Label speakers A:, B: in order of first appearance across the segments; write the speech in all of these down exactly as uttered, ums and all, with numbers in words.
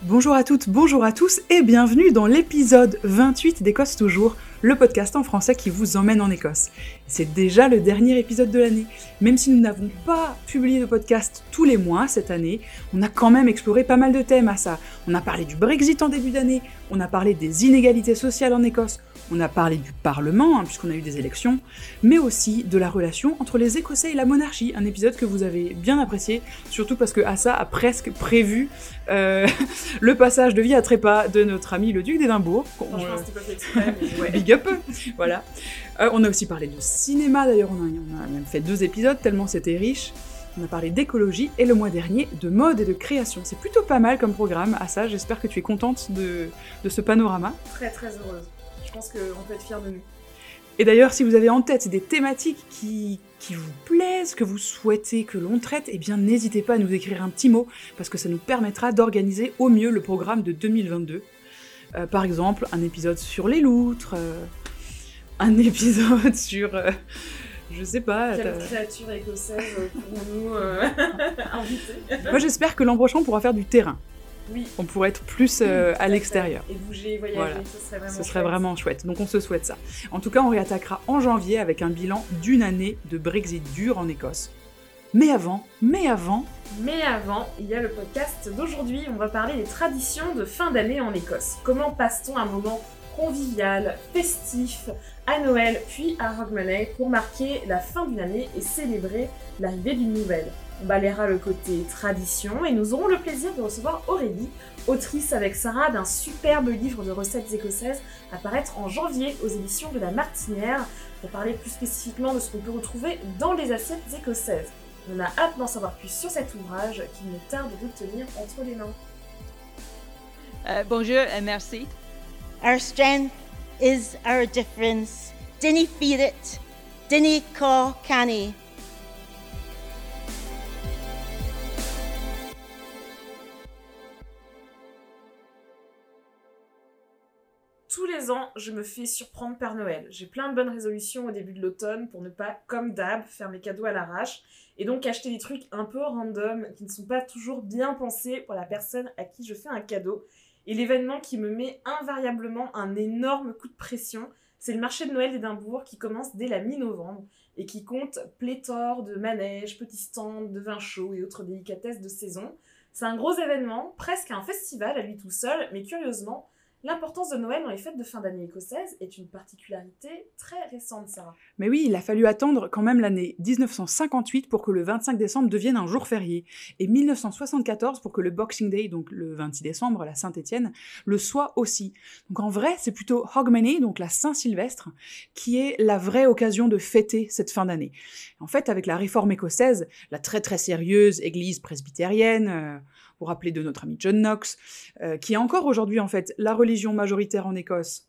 A: Bonjour à toutes, bonjour à tous et bienvenue dans l'épisode vingt-huit d'Écosse Toujours, le podcast en français qui vous emmène en Écosse. C'est déjà le dernier épisode de l'année. Même si nous n'avons pas publié de podcast tous les mois cette année, on a quand même exploré pas mal de thèmes à ça. On a parlé du Brexit en début d'année, on a parlé des inégalités sociales en Écosse, on a parlé du Parlement, hein, puisqu'on a eu des élections, mais aussi de la relation entre les Écossais et la monarchie, un épisode que vous avez bien apprécié, surtout parce que Assa a presque prévu euh, le passage de vie à trépas de notre ami le duc d'Édimbourg.
B: Franchement, euh... c'était pas fait exprès, mais ouais.
A: Big up. Voilà. Euh, on a aussi parlé de cinéma, d'ailleurs, on a, on a même fait deux épisodes, tellement c'était riche. On a parlé d'écologie, et le mois dernier, de mode et de création. C'est plutôt pas mal comme programme, Assa, j'espère que tu es contente de, de ce panorama.
B: Très très heureuse. Je pense qu'on peut être fiers de nous.
A: Et d'ailleurs, si vous avez en tête des thématiques qui, qui vous plaisent, que vous souhaitez que l'on traite, eh bien n'hésitez pas à nous écrire un petit mot, parce que ça nous permettra d'organiser au mieux le programme de deux mille vingt-deux. Euh, par exemple, un épisode sur les loutres, euh, un épisode sur... Euh, je sais pas...
B: Quelle créature écossaise pourrons-nous euh, inviter?
A: Moi j'espère que l'an prochain on pourra faire du terrain.
B: Oui.
A: On pourrait être plus euh, oui, à l'extérieur.
B: Et bouger, voyager,
A: voilà.
B: ce serait vraiment
A: Ce serait
B: chouette.
A: vraiment chouette. Donc on se souhaite ça. En tout cas, on réattaquera en janvier avec un bilan d'une année de Brexit dur en Écosse. Mais avant, mais avant...
B: Mais avant, il y a le podcast d'aujourd'hui. On va parler des traditions de fin d'année en Écosse. Comment passe-t-on un moment convivial, festif, à Noël, puis à Hogmanay pour marquer la fin d'une année et célébrer l'arrivée d'une nouvelle. On balayera le côté tradition et nous aurons le plaisir de recevoir Aurélie, autrice avec Sarah d'un superbe livre de recettes écossaises à paraître en janvier aux éditions de La Martinière pour parler plus spécifiquement de ce qu'on peut retrouver dans les assiettes écossaises. On a hâte d'en savoir plus sur cet ouvrage qu'il me tarde de tenir entre les mains.
C: Euh, bonjour et merci.
D: Our strength is our difference. Dinny fear it. Dinny caw canny.
B: Tous les ans, je me fais surprendre par Noël. J'ai plein de bonnes résolutions au début de l'automne pour ne pas, comme d'hab, faire mes cadeaux à l'arrache et donc acheter des trucs un peu random qui ne sont pas toujours bien pensés pour la personne à qui je fais un cadeau. Et l'événement qui me met invariablement un énorme coup de pression, c'est le marché de Noël d'Édimbourg qui commence dès la mi-novembre et qui compte pléthore de manèges, petits stands, de vins chauds et autres délicatesses de saison. C'est un gros événement, presque un festival à lui tout seul, mais curieusement, l'importance de Noël dans les fêtes de fin d'année écossaises est une particularité très récente, Sarah.
A: Mais oui, il a fallu attendre quand même l'année dix-neuf cent cinquante-huit pour que le vingt-cinq décembre devienne un jour férié, et mille neuf cent soixante-quatorze pour que le Boxing Day, donc le vingt-six décembre, la Saint-Étienne, le soit aussi. Donc en vrai, c'est plutôt Hogmanay, donc la Saint-Sylvestre, qui est la vraie occasion de fêter cette fin d'année. En fait, avec la réforme écossaise, la très très sérieuse église presbytérienne... Euh, vous vous rappelez de notre ami John Knox, euh, qui est encore aujourd'hui en fait la religion majoritaire en Écosse,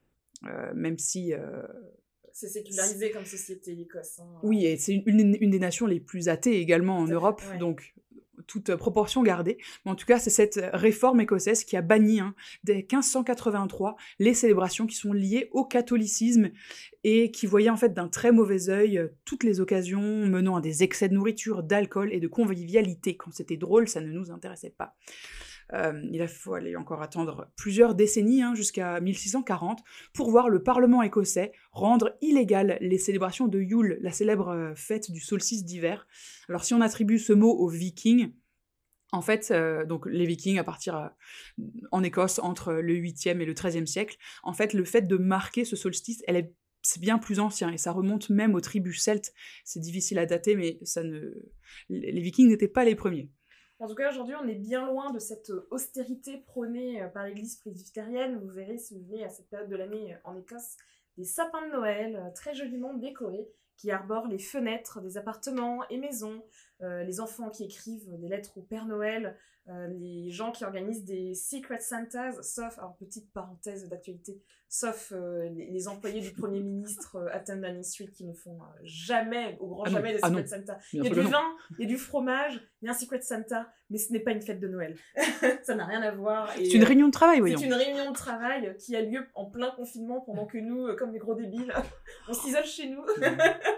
A: euh, même si... Euh,
B: c'est sécularisé comme société l'Écosse. Hein.
A: Oui, et c'est une, une des nations les plus athées également en Europe, ouais. Donc toute proportion gardée. Mais en tout cas, c'est cette réforme écossaise qui a banni, hein, dès quinze cent quatre-vingt-trois, les célébrations qui sont liées au catholicisme et qui voyaient en fait d'un très mauvais œil euh, toutes les occasions menant à des excès de nourriture, d'alcool et de convivialité. Quand c'était drôle, ça ne nous intéressait pas. Euh, il a fallu encore attendre plusieurs décennies, hein, jusqu'à mille six cent quarante, pour voir le Parlement écossais rendre illégales les célébrations de Yule, la célèbre euh, fête du solstice d'hiver. Alors si on attribue ce mot aux Vikings, en fait, euh, donc les Vikings à partir euh, en Écosse entre le huitième et le treizième siècle, en fait le fait de marquer ce solstice, elle est c'est bien plus ancien, et ça remonte même aux tribus celtes. C'est difficile à dater, mais ça ne... les Vikings n'étaient pas les premiers.
B: En tout cas, aujourd'hui, on est bien loin de cette austérité prônée par l'église presbytérienne. Vous verrez, si vous venez à cette période de l'année en Écosse, des sapins de Noël très joliment décorés qui arborent les fenêtres des appartements et maisons, euh, les enfants qui écrivent des lettres au Père Noël, euh, les gens qui organisent des Secret Santas, sauf, alors petite parenthèse d'actualité, sauf euh, les, les employés du Premier ministre euh, à ten Downing Street qui ne font euh, jamais, au grand
A: ah
B: jamais,
A: non,
B: de
A: ah
B: Secret
A: non.
B: Santa.
A: Bien
B: il y a du
A: non.
B: vin, il y a du fromage, il y a un Secret Santa, mais ce n'est pas une fête de Noël. Ça n'a rien à voir. Et,
A: c'est une réunion de travail, voyons.
B: C'est une réunion de travail qui a lieu en plein confinement pendant que nous, comme des gros débiles, on s'isole chez nous.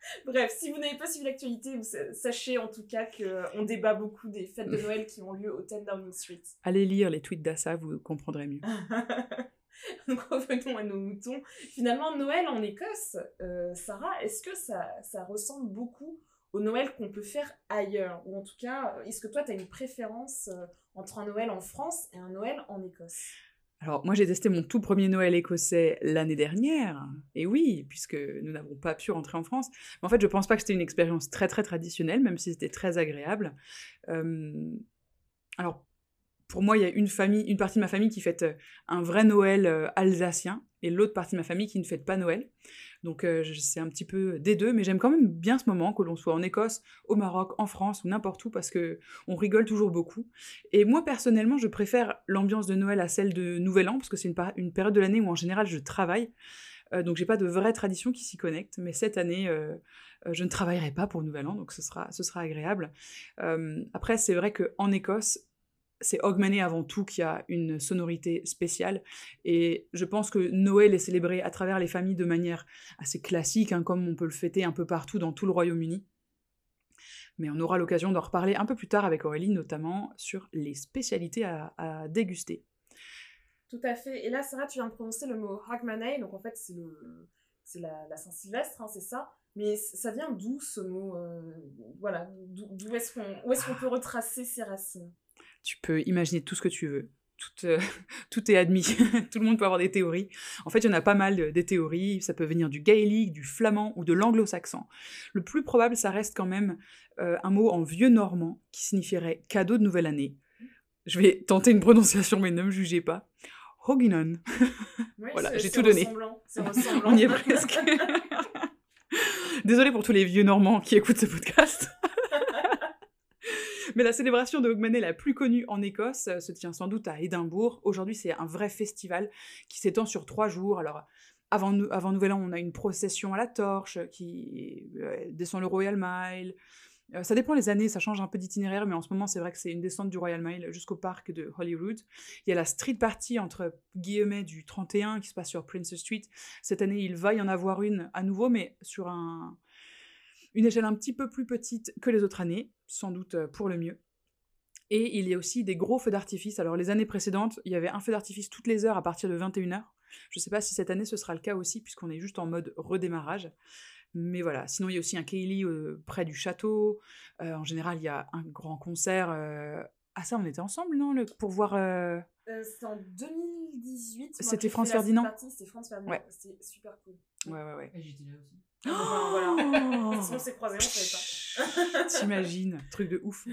B: Bref, si vous n'avez pas suivi l'actualité, vous sa- sachez en tout cas qu'on débat beaucoup des fêtes de Noël qui ont lieu au dix Downing Street.
A: Allez lire les tweets d'Assa, vous comprendrez mieux.
B: Donc revenons à nos moutons. Finalement, Noël en Écosse, euh, Sarah, est-ce que ça, ça ressemble beaucoup au Noël qu'on peut faire ailleurs? Ou en tout cas, est-ce que toi, tu as une préférence euh, entre un Noël en France et un Noël en Écosse?
A: Alors, moi, j'ai testé mon tout premier Noël écossais l'année dernière, et oui, puisque nous n'avons pas pu rentrer en France. Mais en fait, je pense pas que c'était une expérience très, très traditionnelle, même si c'était très agréable. Euh, Alors, pour moi, il y a une famille, une partie de ma famille qui fête euh, un vrai Noël euh, alsacien, et l'autre partie de ma famille qui ne fête pas Noël. Donc, euh, je- c'est un petit peu des deux, mais j'aime quand même bien ce moment, que l'on soit en Écosse, au Maroc, en France ou n'importe où, parce que on rigole toujours beaucoup. Et moi, personnellement, je préfère l'ambiance de Noël à celle de Nouvel An, parce que c'est une, par- une période de l'année où, en général, je travaille. Euh, donc, j'ai pas de vraie tradition qui s'y connecte. Mais cette année, euh, euh, je ne travaillerai pas pour Nouvel An, donc ce sera, ce sera agréable. Euh, après, c'est vrai qu'en Écosse, c'est Hogmanay avant tout qui a une sonorité spéciale. Et je pense que Noël est célébré à travers les familles de manière assez classique, hein, comme on peut le fêter un peu partout dans tout le Royaume-Uni. Mais on aura l'occasion d'en reparler un peu plus tard avec Aurélie, notamment sur les spécialités à, à déguster.
B: Tout à fait. Et là, Sarah, tu viens de prononcer le mot Hogmanay, donc en fait, c'est le, c'est la, la Saint-Sylvestre, hein, c'est ça. Mais c- ça vient d'où ce mot euh, Voilà, d'où d'où est-ce qu'on, où est-ce qu'on peut retracer ses racines?
A: Tu peux imaginer tout ce que tu veux. Tout, euh, tout est admis. Tout le monde peut avoir des théories. En fait, il y en a pas mal, euh, des théories. Ça peut venir du gaélique, du flamand ou de l'anglo-saxon. Le plus probable, ça reste quand même euh, un mot en vieux normand qui signifierait cadeau de nouvelle année. Je vais tenter une prononciation, mais ne me jugez pas. Hoginon.
B: Oui,
A: Voilà,
B: c'est-
A: j'ai
B: c'est
A: tout donné.
B: ressemblant, c'est ressemblant.
A: On y est presque. Désolée pour tous les vieux Normands qui écoutent ce podcast. Mais la célébration de Hogmanay la plus connue en Écosse euh, se tient sans doute à Édimbourg. Aujourd'hui, c'est un vrai festival qui s'étend sur trois jours. Alors, avant, nou- avant Nouvel An, on a une procession à la torche qui euh, descend le Royal Mile. Euh, ça dépend les années, ça change un peu d'itinéraire, mais en ce moment, c'est vrai que c'est une descente du Royal Mile jusqu'au parc de Holyrood. Il y a la street party entre guillemets du trente et un qui se passe sur Princess Street. Cette année, il va y en avoir une à nouveau, mais sur un, une échelle un petit peu plus petite que les autres années, sans doute euh, pour le mieux. Et il y a aussi des gros feux d'artifice. Alors les années précédentes, il y avait un feu d'artifice toutes les heures à partir de vingt et une heures. Je ne sais pas si cette année ce sera le cas aussi, puisqu'on est juste en mode redémarrage. Mais voilà, sinon il y a aussi un Ceilidh euh, près du château. Euh, en général, il y a un grand concert. euh, Ah ça, on était ensemble, non, le- pour voir... euh,
B: Euh, c'était en deux mille dix-huit. moi,
A: C'était
B: que j'ai
A: France
B: fait la
A: Ferdinand
B: partie, C'était France Ferdinand.
A: Ouais.
B: C'était super cool.
A: Ouais, ouais, ouais.
E: Et j'étais là aussi.
B: Enfin, voilà. Si on s'est croisés, on savait pas.
A: T'imagines, truc de ouf.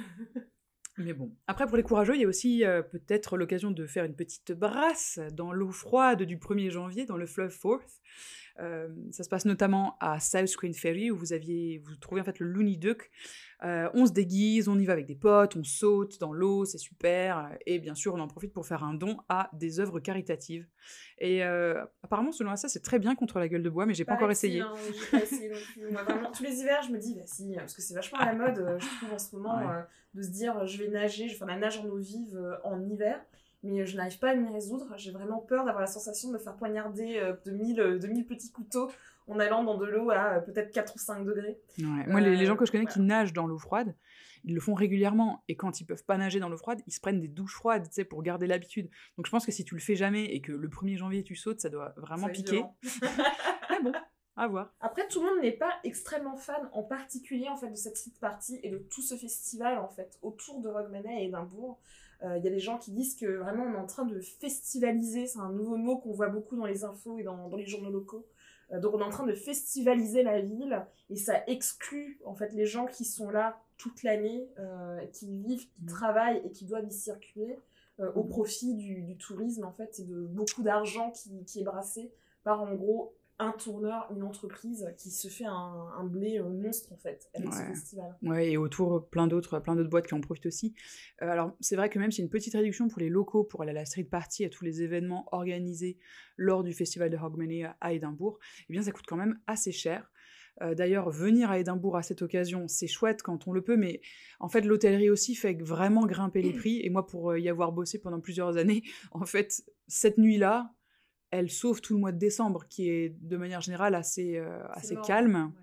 A: Mais bon. Après, pour les courageux, il y a aussi euh, peut-être l'occasion de faire une petite brasse dans l'eau froide du premier janvier, dans le fleuve Forth. Euh, ça se passe notamment à South Queen Ferry, où vous aviez, vous trouvez en fait le Looney Duck. Euh, on se déguise, on y va avec des potes, on saute dans l'eau, c'est super. Et bien sûr, on en profite pour faire un don à des œuvres caritatives. Et euh, apparemment, selon ça, c'est très bien contre la gueule de bois, mais j'ai pas encore
B: Paraît-il,
A: essayé.
B: hein, j'ai pas essayé non plus. Moi, vraiment, tous les hivers, je me dis, bah si, parce que c'est vachement à la mode, euh, je trouve en ce moment,
A: Ouais.
B: euh, de se dire, euh, je vais nager, je vais faire la nage en eau vive euh, en hiver, mais euh, je n'arrive pas à m'y résoudre. J'ai vraiment peur d'avoir la sensation de me faire poignarder euh, de, mille, euh, de mille petits couteaux en allant dans de l'eau à euh, peut-être quatre ou cinq degrés.
A: Ouais. Moi, les, les gens que je connais
B: voilà.
A: qui nagent dans l'eau froide, ils le font régulièrement. Et quand ils peuvent pas nager dans l'eau froide, ils se prennent des douches froides, tu sais, pour garder l'habitude. Donc je pense que si tu le fais jamais et que le premier janvier tu sautes, ça doit vraiment
B: C'est
A: piquer.
B: violent.
A: Mais bon, à voir.
B: Après, tout le monde n'est pas extrêmement fan, en particulier en fait de cette street party et de tout ce festival en fait autour de Hogmanay et Édimbourg. Il euh, y a des gens qui disent que vraiment on est en train de festivaliser, c'est un nouveau mot qu'on voit beaucoup dans les infos et dans, dans les journaux locaux. Euh, donc on est en train de festivaliser la ville et ça exclut en fait les gens qui sont là toute l'année, euh, qui vivent, qui
A: Mmh.
B: travaillent et qui doivent y circuler euh, au profit du, du tourisme en fait et de beaucoup d'argent qui, qui est brassé par en gros un tourneur, une entreprise qui se fait un, un blé euh, monstre en fait avec ce
A: Ouais.
B: festival.
A: Ouais, et autour, plein d'autres, plein d'autres boîtes qui en profitent aussi. Euh, alors, c'est vrai que même s'il y a une petite réduction pour les locaux pour aller à la street party, à tous les événements organisés lors du festival de Hogmanay à Édimbourg, eh bien, ça coûte quand même assez cher. Euh, D'ailleurs, venir à Édimbourg à cette occasion, c'est chouette quand on le peut, mais en fait, l'hôtellerie aussi fait vraiment grimper les prix. Et moi, pour y avoir bossé pendant plusieurs années, en fait, cette nuit-là, elle sauve tout le mois de décembre, qui est de manière générale assez, euh, assez
B: mort,
A: calme.
B: ouais.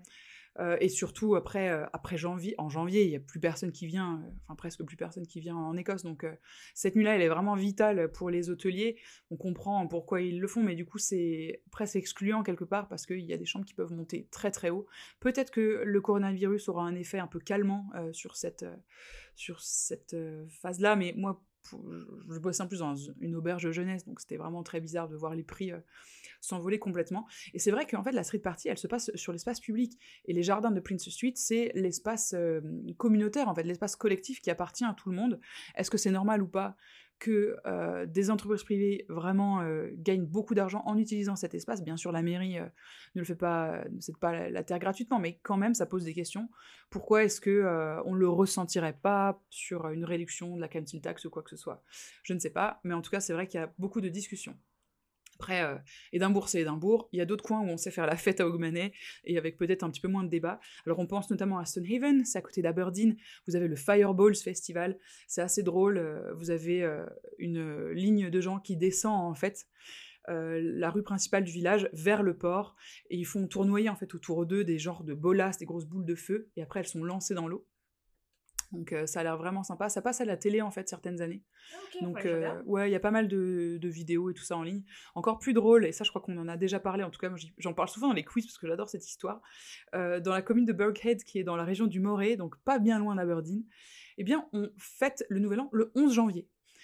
A: Euh, et surtout, après, euh, après janvier, en janvier, il n'y a plus personne qui vient, euh, enfin presque plus personne qui vient en Écosse. Donc euh, cette nuit-là, elle est vraiment vitale pour les hôteliers. On comprend pourquoi ils le font, mais du coup, c'est presque excluant quelque part parce qu'il y a des chambres qui peuvent monter très très haut. Peut-être que le coronavirus aura un effet un peu calmant euh, sur cette, euh, sur cette euh, phase-là, mais moi, je, je bossais en plus dans une auberge de jeunesse, donc c'était vraiment très bizarre de voir les prix euh, s'envoler complètement. Et c'est vrai qu'en fait, la street party, elle se passe sur l'espace public. Et les jardins de Prince Street, c'est l'espace euh, communautaire, en fait, l'espace collectif qui appartient à tout le monde. Est-ce que c'est normal ou pas que euh, des entreprises privées vraiment euh, gagnent beaucoup d'argent en utilisant cet espace? Bien sûr, la mairie euh, ne le fait pas, ne cède pas la, la terre gratuitement, mais quand même, ça pose des questions. Pourquoi est-ce que euh, on le ressentirait pas sur une réduction de la council tax ou quoi que ce soit? Je ne sais pas, mais en tout cas, c'est vrai qu'il y a beaucoup de discussions. Après, euh, Édimbourg, c'est Édimbourg. Il y a d'autres coins où on sait faire la fête à Hogmanay, et avec peut-être un petit peu moins de débat. Alors on pense notamment à Stonehaven, c'est à côté d'Aberdeen. Vous avez le Fireballs Festival, c'est assez drôle. Euh, vous avez euh, une ligne de gens qui descend, en fait, euh, la rue principale du village vers le port, et ils font tournoyer, en fait, autour d'eux des genres de bolasses, des grosses boules de feu, et après elles sont lancées dans l'eau. Donc euh, ça a l'air vraiment sympa. Ça passe à la télé, en fait, certaines années.
B: Ah, ok,
A: Donc,
B: ouais, je
A: euh,
B: regarde.
A: ouais, il y a pas mal de, de vidéos et tout ça en ligne. Encore plus drôle, et ça, je crois qu'on en a déjà parlé, en tout cas, moi, j'y- j'en parle souvent dans les quiz, parce que j'adore cette histoire. Euh, dans la commune de Birkhead, qui est dans la région du Moray, donc pas bien loin d'Aberdeen, eh bien, on fête le Nouvel An le onze janvier.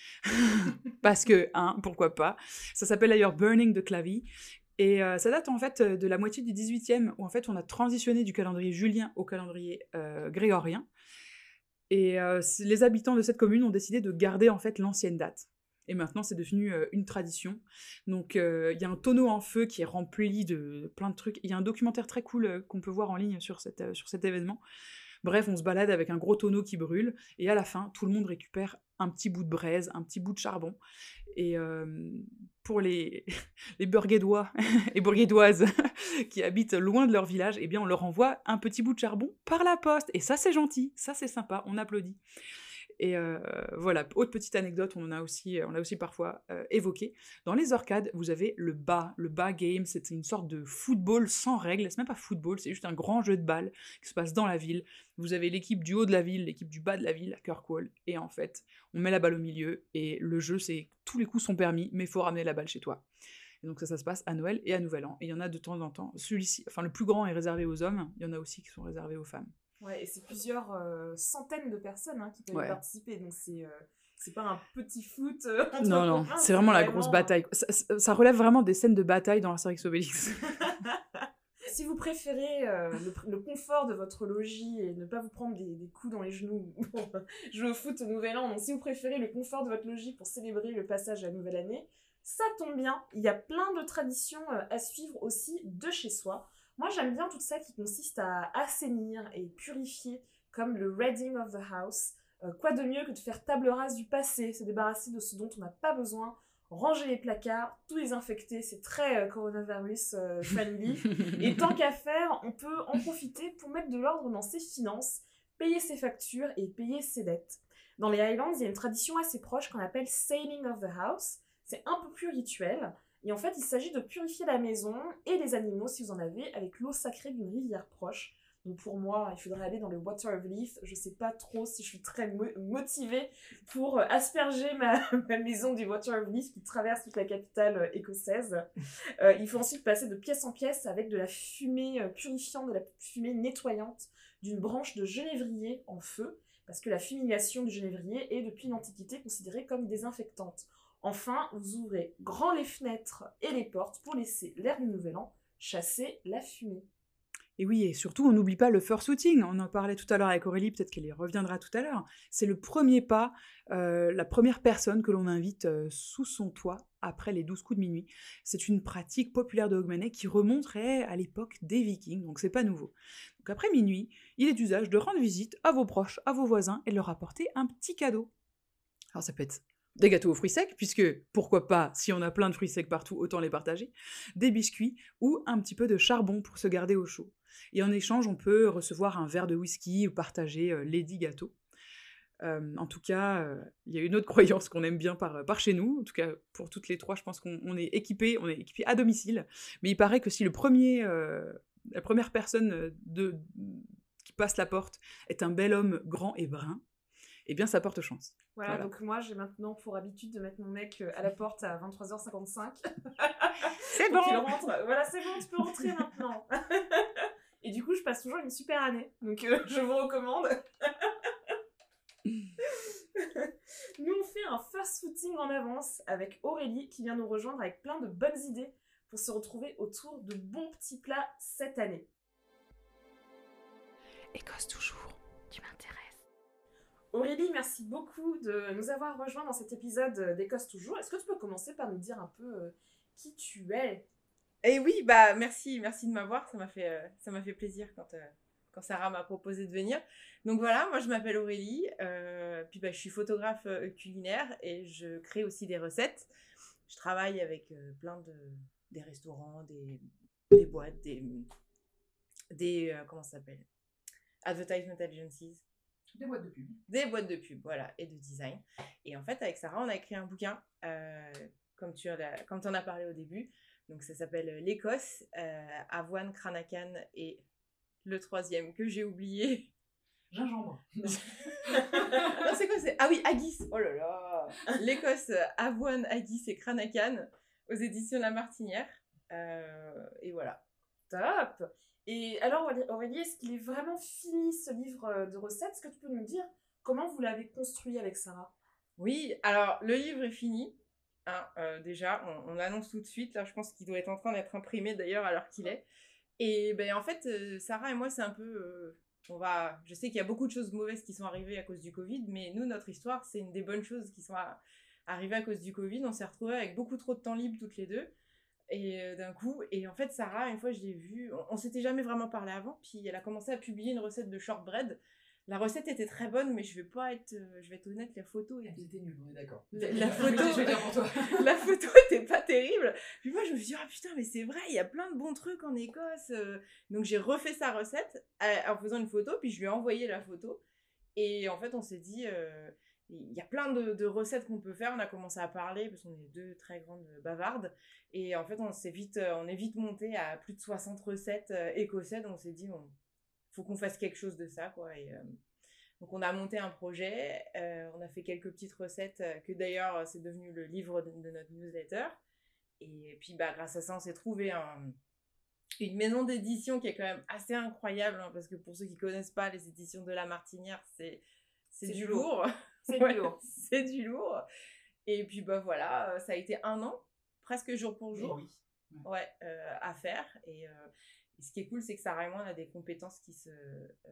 A: Parce que, hein, pourquoi pas. Ça s'appelle d'ailleurs Burning de Clavie. Et euh, ça date en fait de la moitié du dix-huitième, où en fait on a transitionné du calendrier julien au calendrier euh, grégorien. Et euh, c- les habitants de cette commune ont décidé de garder en fait l'ancienne date. Et maintenant, c'est devenu euh, une tradition. Donc, euh, il y a un tonneau en feu qui est rempli de plein de trucs. Il y a un documentaire très cool euh, qu'on peut voir en ligne sur, cette, euh, sur cet événement. Bref, on se balade avec un gros tonneau qui brûle. Et à la fin, tout le monde récupère un petit bout de braise, un petit bout de charbon. Et euh, pour les, les Burguédois et Burguédoises qui habitent loin de leur village, eh bien, on leur envoie un petit bout de charbon par la poste. Et ça, c'est gentil, ça, c'est sympa, on applaudit. Et euh, voilà, autre petite anecdote, on en a aussi, on l'a aussi parfois euh, évoqué. Dans les arcades, vous avez le bas, le bas game, c'est une sorte de football sans règles, c'est même pas football, c'est juste un grand jeu de balle qui se passe dans la ville. Vous avez l'équipe du haut de la ville, l'équipe du bas de la ville, à Kirkwall, et en fait, on met la balle au milieu, et le jeu, c'est tous les coups sont permis, mais il faut ramener la balle chez toi. Et donc ça, ça se passe à Noël et à Nouvel An. Et il y en a de temps en temps. Celui-ci, enfin le plus grand est réservé aux hommes, il y en a aussi qui sont réservés aux femmes.
B: Ouais, et c'est plusieurs euh, centaines de personnes hein, qui peuvent
A: Ouais.
B: y participer, donc c'est euh, c'est pas un petit foot euh, entre
A: Non, non,
B: copains,
A: c'est vraiment la grosse bataille. Ça, ça- ça relève vraiment des scènes de bataille dans Astérix Obélix.
B: Si vous préférez euh, le, le confort de votre logis et ne pas vous prendre des, des coups dans les genoux pour jouer au foot au Nouvel An, donc si vous préférez le confort de votre logis pour célébrer le passage à la nouvelle année, ça tombe bien, il y a plein de traditions euh, à suivre aussi de chez soi. Moi j'aime bien tout ça qui consiste à assainir et purifier, comme le Redding of the House. Euh, quoi de mieux que de faire table rase du passé, se débarrasser de ce dont on n'a pas besoin, ranger les placards, tout désinfecter, c'est très euh, coronavirus euh, friendly. Et tant qu'à faire, on peut en profiter pour mettre de l'ordre dans ses finances, payer ses factures et payer ses dettes. Dans les Highlands, il y a une tradition assez proche qu'on appelle Sailing of the House. C'est un peu plus rituel. Et en fait, il s'agit de purifier la maison et les animaux, si vous en avez, avec l'eau sacrée d'une rivière proche. Donc pour moi, il faudrait aller dans le Water of Leith. Je sais pas trop si je suis très mo- motivée pour euh, asperger ma, ma maison du Water of Leith qui traverse toute la capitale euh, écossaise. Euh, il faut ensuite passer de pièce en pièce avec de la fumée euh, purifiante, de la fumée nettoyante d'une branche de genévrier en feu, parce que la fumigation du genévrier est depuis l'Antiquité considérée comme désinfectante. Enfin, vous ouvrez grand les fenêtres et les portes pour laisser l'air du Nouvel An chasser la fumée.
A: Et oui, et surtout, on n'oublie pas le fursuiting. On en parlait tout à l'heure avec Aurélie, peut-être qu'elle y reviendra tout à l'heure. C'est le premier pas, euh, la première personne que l'on invite euh, sous son toit après les douze coups de minuit. C'est une pratique populaire de Hogmanay qui remonterait à l'époque des Vikings, donc c'est pas nouveau. Donc après minuit, il est d'usage de rendre visite à vos proches, à vos voisins, et de leur apporter un petit cadeau. Alors ça peut être des gâteaux aux fruits secs, puisque pourquoi pas, si on a plein de fruits secs partout, autant les partager, des biscuits ou un petit peu de charbon pour se garder au chaud. Et en échange, on peut recevoir un verre de whisky ou partager euh, les dix gâteaux. Euh, en tout cas, euh, il y a une autre croyance qu'on aime bien par, par chez nous, en tout cas pour toutes les trois, je pense qu'on on est équipés, on est équipés à domicile, mais il paraît que si le premier... Euh, la première personne de, qui passe la porte est un bel homme grand et brun, eh bien ça porte chance.
B: Voilà,
A: Voilà.
B: donc moi j'ai maintenant pour habitude de mettre mon mec à la porte à vingt-trois heures cinquante-cinq.
A: C'est
B: Pour
A: bon.
B: qu'il rentre. Voilà, c'est bon, tu peux rentrer maintenant. Et du coup, je passe toujours une super année. Donc, euh, je vous recommande. Nous, on fait un first footing en avance avec Aurélie qui vient nous rejoindre avec plein de bonnes idées pour se retrouver autour de bons petits plats cette année.
A: Écosse toujours, tu m'intéresses.
B: Aurélie, merci beaucoup de nous avoir rejoints dans cet épisode d'Écosse toujours. Est-ce que tu peux commencer par nous dire un peu euh, qui tu es?
E: Et oui, bah merci, merci de m'avoir, ça m'a fait, euh, ça m'a fait plaisir quand, euh, quand Sarah m'a proposé de venir. Donc voilà, moi je m'appelle Aurélie, euh, puis bah, je suis photographe euh, culinaire et je crée aussi des recettes. Je travaille avec euh, plein de des restaurants, des, des boîtes, des, des euh, comment ça s'appelle, advertisement agencies.
A: Des boîtes de pub.
E: Des boîtes de pub, voilà, et de design. Et en fait, avec Sarah, on a écrit un bouquin, euh, comme tu en as, comme tu en as parlé au début. Donc ça s'appelle L'Écosse, euh, avoine, Cranachan et le troisième que j'ai oublié.
A: Gingembre.
E: Non, c'est quoi c'est... Ah oui, Haggis. Oh là là. L'Écosse, avoine, Haggis et Cranachan aux éditions La Martinière. Euh, et voilà.
B: Top! Et alors, Aurélie, est-ce qu'il est vraiment fini ce livre de recettes? Est-ce que tu peux nous dire comment vous l'avez construit avec Sarah?
E: Oui, alors le livre est fini. Hein, euh, déjà, on, on annonce tout de suite. Là, je pense qu'il doit être en train d'être imprimé d'ailleurs à l'heure qu'il est. Et ben en fait, euh, Sarah et moi, c'est un peu. Euh, on va. Je sais qu'il y a beaucoup de choses mauvaises qui sont arrivées à cause du Covid, mais nous, notre histoire, c'est une des bonnes choses qui sont à, arrivées à cause du Covid. On s'est retrouvés avec beaucoup trop de temps libre toutes les deux. Et euh, d'un coup, et en fait, Sarah, une fois, je l'ai vue. On, on s'était jamais vraiment parlé avant. Puis elle a commencé à publier une recette de shortbread. La recette était très bonne, mais je vais pas être, euh, je vais être honnête, la photo était...
F: C'était nul, on est d'accord.
E: La, la photo,
F: je vais dire pour toi.
E: la photo était pas terrible. Puis moi, je me suis dit, ah putain, mais c'est vrai, il y a plein de bons trucs en Écosse. Donc j'ai refait sa recette euh, en faisant une photo, puis je lui ai envoyé la photo. Et en fait, on s'est dit, euh, il y a plein de, de recettes qu'on peut faire. On a commencé à parler, parce qu'on est deux très grandes bavardes. Et en fait, on s'est vite, on est vite monté à plus de soixante recettes euh, écossaises. Donc on s'est dit, on... faut qu'on fasse quelque chose de ça, quoi. Et, euh, donc on a monté un projet, euh, on a fait quelques petites recettes, euh, que d'ailleurs c'est devenu le livre de, de notre newsletter. Et puis bah, grâce à ça, on s'est trouvé un, une maison d'édition qui est quand même assez incroyable, hein, parce que pour ceux qui connaissent pas les éditions de La Martinière, c'est, c'est, c'est du lourd. lourd.
B: C'est
E: ouais,
B: du lourd.
E: C'est du lourd. Et puis bah voilà, ça a été un an, presque jour pour jour,
F: oui.
E: ouais. Ouais, euh, à faire. Et, euh, et ce qui est cool, c'est que Sarah et moi, on a des compétences qui se... Euh,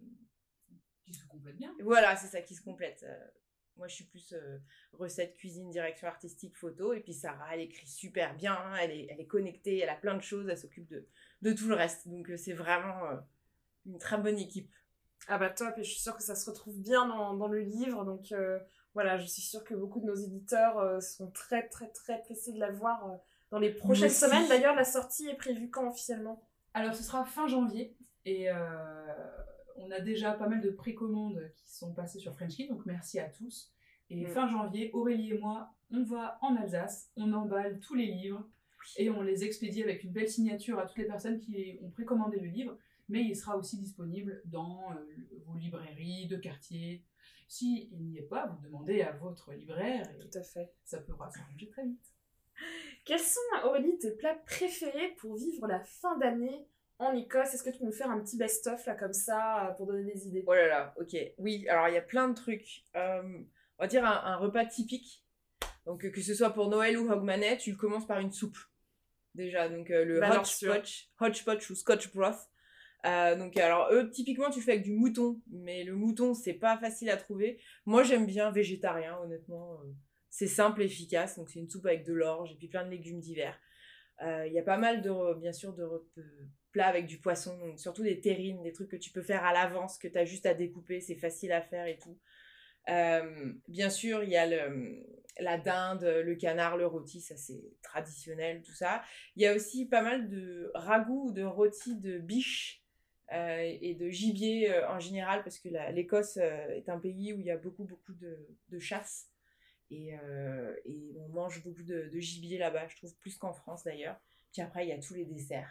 F: qui se complètent bien.
E: Voilà, c'est ça, qui se complète. Euh, moi, je suis plus euh, recette, cuisine, direction artistique, photo. Et puis Sarah, elle écrit super bien, hein, elle, est, elle est connectée, elle a plein de choses, elle s'occupe de, de tout le reste. Donc, euh, c'est vraiment euh, une très bonne équipe.
B: Ah bah top, et je suis sûre que ça se retrouve bien dans, dans le livre. Donc euh, voilà, je suis sûre que beaucoup de nos éditeurs euh, sont très très très pressés de la voir euh, dans les prochaines
F: Merci.
B: semaines. D'ailleurs, la sortie est prévue quand officiellement?
F: Alors, ce sera fin janvier. Et... Euh... on a déjà pas mal de précommandes qui sont passées sur Frenchkey, donc merci à tous. Et mmh. fin janvier, Aurélie et moi, on va en Alsace, on emballe tous les livres et on les expédie avec une belle signature à toutes les personnes qui ont précommandé le livre, mais il sera aussi disponible dans euh, vos librairies de quartier. Si il n'y est pas, vous demandez à votre libraire et
B: tout à fait.
F: Ça pourra s'arranger très vite.
B: Quels sont, Aurélie, tes plats préférés pour vivre la fin d'année en Écosse? Est-ce que tu peux nous faire un petit best-of là comme ça pour donner des idées?
E: Oh là là, ok. Oui, alors il y a plein de trucs. Euh, on va dire un, un repas typique. Donc que ce soit pour Noël ou Hogmanay, tu le commences par une soupe. Déjà, donc euh, le
B: bah,
E: hodgepodge, hodgepodge ou Scotch broth. Euh, donc alors eux, typiquement tu le fais avec du mouton, mais le mouton c'est pas facile à trouver. Moi j'aime bien végétarien, honnêtement. Euh, c'est simple et efficace. Donc c'est une soupe avec de l'orge et puis plein de légumes divers. Il euh, y a pas mal de, bien sûr, de, de plats avec du poisson, donc surtout des terrines, des trucs que tu peux faire à l'avance, que tu as juste à découper, c'est facile à faire et tout. Euh, bien sûr, il y a le, la dinde, le canard, le rôti, ça c'est traditionnel, tout ça. Il y a aussi pas mal de ragoûts ou de rôtis de biche euh, et de gibier euh, en général, parce que la, l'Écosse euh, est un pays où il y a beaucoup, beaucoup de, de chasse. Et, euh, et on mange beaucoup de, de gibier là-bas, je trouve, plus qu'en France d'ailleurs. Puis après, il y a tous les desserts.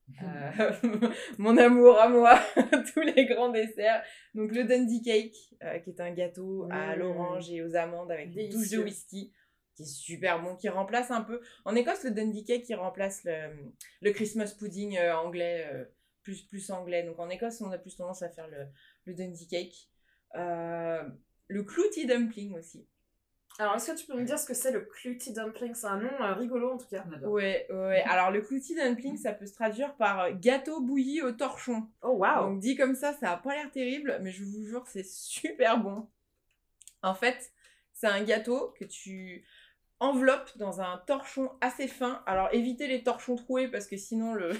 E: Euh, mon amour à moi, tous les grands desserts. Donc le Dundee Cake, euh, qui est un gâteau mmh. à l'orange et aux amandes avec des touches de whisky, qui est super bon, qui remplace un peu... En Écosse, le Dundee Cake, qui remplace le, le Christmas pudding euh, anglais, euh, plus, plus anglais. Donc en Écosse, on a plus tendance à faire le, le Dundee Cake. Euh, le Clouty Dumpling aussi.
B: Alors, est-ce que tu peux me dire ce que c'est le Clouty Dumpling? C'est un nom euh, rigolo en tout cas.
E: Ouais, ouais. Alors, le Clouty Dumpling, ça peut se traduire par gâteau bouilli au torchon.
B: Oh, waouh!
E: Donc, dit comme ça, ça a pas l'air terrible, mais je vous jure, c'est super bon. En fait, c'est un gâteau que tu enveloppes dans un torchon assez fin. Alors, évitez les torchons troués parce que sinon, le,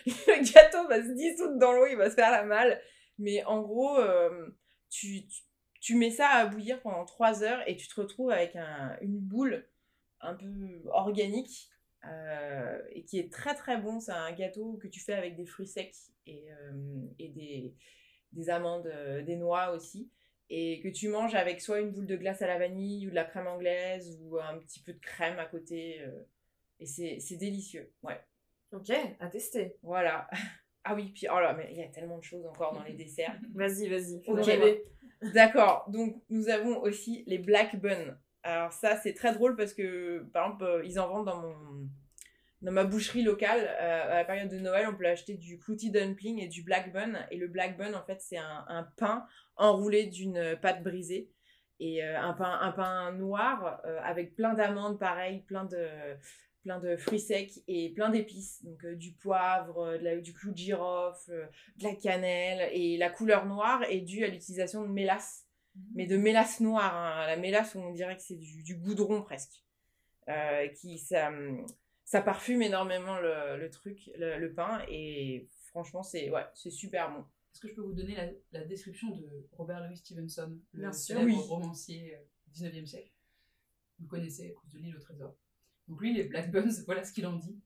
E: le gâteau va se dissoudre dans l'eau, il va se faire la malle. Mais en gros, euh, tu... tu Tu mets ça à bouillir pendant trois heures et tu te retrouves avec un, une boule un peu organique euh, et qui est très très bon. C'est un gâteau que tu fais avec des fruits secs et, euh, et des, des amandes, euh, des noix aussi. Et que tu manges avec soit une boule de glace à la vanille ou de la crème anglaise ou un petit peu de crème à côté. Euh, et c'est, c'est délicieux, ouais.
B: Ok, à tester.
E: Voilà. Ah oui, puis oh là, mais il y a tellement de choses encore dans les desserts.
B: Vas-y, vas-y. Faut
E: Ok. D'accord, donc nous avons aussi les black buns. Alors ça, c'est très drôle parce que, par exemple, euh, ils en vendent dans, mon, dans ma boucherie locale. Euh, à la période de Noël, on peut acheter du Clouty Dumpling et du black bun. Et le black bun, en fait, c'est un, un pain enroulé d'une pâte brisée. Et euh, un, pain, un pain noir euh, avec plein d'amandes, pareil, plein de... plein de fruits secs et plein d'épices, donc euh, du poivre, euh, de la, du clou de girofle, euh, de la cannelle, et la couleur noire est due à l'utilisation de mélasse, mmh. mais de mélasse noire, hein. La mélasse, on dirait que c'est du, du goudron presque, euh, qui ça, ça parfume énormément le, le truc, le, le pain, et franchement c'est, ouais, c'est super bon.
F: Est-ce que je peux vous donner la, la description de Robert Louis Stevenson, le
B: Bien sûr,
F: célèbre
E: oui.
F: romancier euh, du dix-neuvième siècle? Vous le connaissez à cause de l'île au trésor. Donc lui, les black buns, voilà ce qu'il en dit.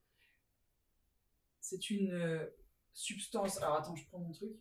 F: C'est une euh, substance... Alors attends, je prends mon truc.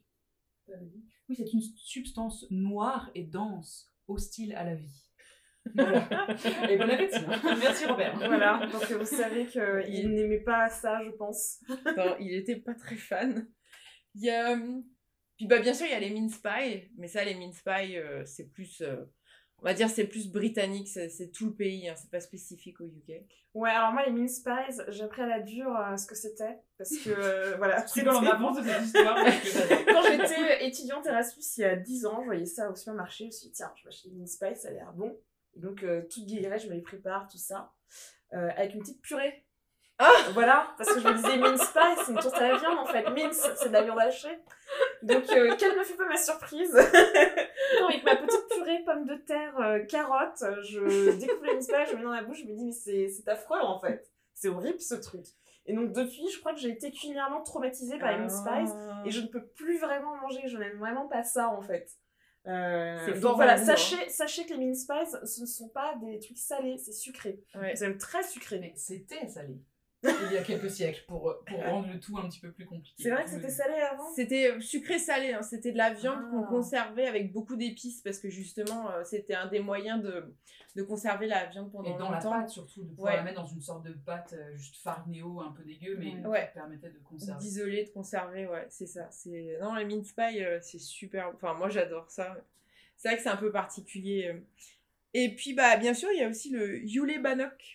F: Oui, c'est une substance noire et dense, hostile à la vie. Voilà. Et bon appétit. Hein. Merci Robert.
B: Voilà, donc vous savez qu'il n'aimait pas ça, je pense.
E: Non, il était pas très fan. Il y a... Puis bah, bien sûr, il y a les mince pies, mais ça, les mince pies, euh, c'est plus... Euh... On va dire c'est plus britannique, c'est, c'est tout le pays, hein, c'est pas spécifique au U K.
B: Ouais, alors moi les mince pies, j'ai appris à la dure euh, ce que c'était, parce que euh, voilà.
F: C'est quand on avance de cette histoire.
B: Quand j'étais étudiante Erasmus il y a dix ans, je voyais ça au supermarché, je me suis dit tiens, je vais acheter des mince pies, ça a l'air bon. Et donc euh, toute guillerée, je me les prépare, tout ça, euh, avec une petite purée. Ah voilà, parce que je me disais mince pie, c'est une tourte à la viande en fait, mince, c'est de la viande hachée. Donc euh, quelle ne fut pas ma surprise. Non, avec ma petite purée, pommes de terre, euh, carottes, je découvre les mince pies, je mets dans la bouche, je me dis mais c'est, c'est affreux en fait, c'est horrible ce truc. Et donc depuis, je crois que j'ai été culinairement traumatisée par les mince pies et je ne peux plus vraiment manger, je n'aime vraiment pas ça en fait. Euh,
E: c'est
B: donc voilà, sachez, hein. sachez que les mince pies, ce ne sont pas des trucs salés, c'est sucré.
E: Ouais.
B: C'est même très sucré.
F: Mais c'était salé. Il y a quelques siècles, pour, pour rendre le tout un petit peu plus compliqué.
B: C'est vrai que c'était salé avant?
E: C'était sucré-salé, hein. C'était de la viande
B: ah.
E: qu'on conservait avec beaucoup d'épices, parce que justement, euh, c'était un des moyens de, de conserver la viande pendant longtemps.
F: Et dans
E: longtemps.
F: la pâte surtout, de pouvoir
E: ouais.
F: la mettre dans une sorte de pâte euh, juste farinéo, un peu dégueu, mais
E: ouais.
F: qui permettait de conserver.
E: D'isoler, de conserver, ouais, c'est ça. C'est... Non, les mince pies, euh, c'est super... Enfin, moi, j'adore ça. C'est vrai que c'est un peu particulier. Et puis, bah, bien sûr, il y a aussi le Yule Bannock.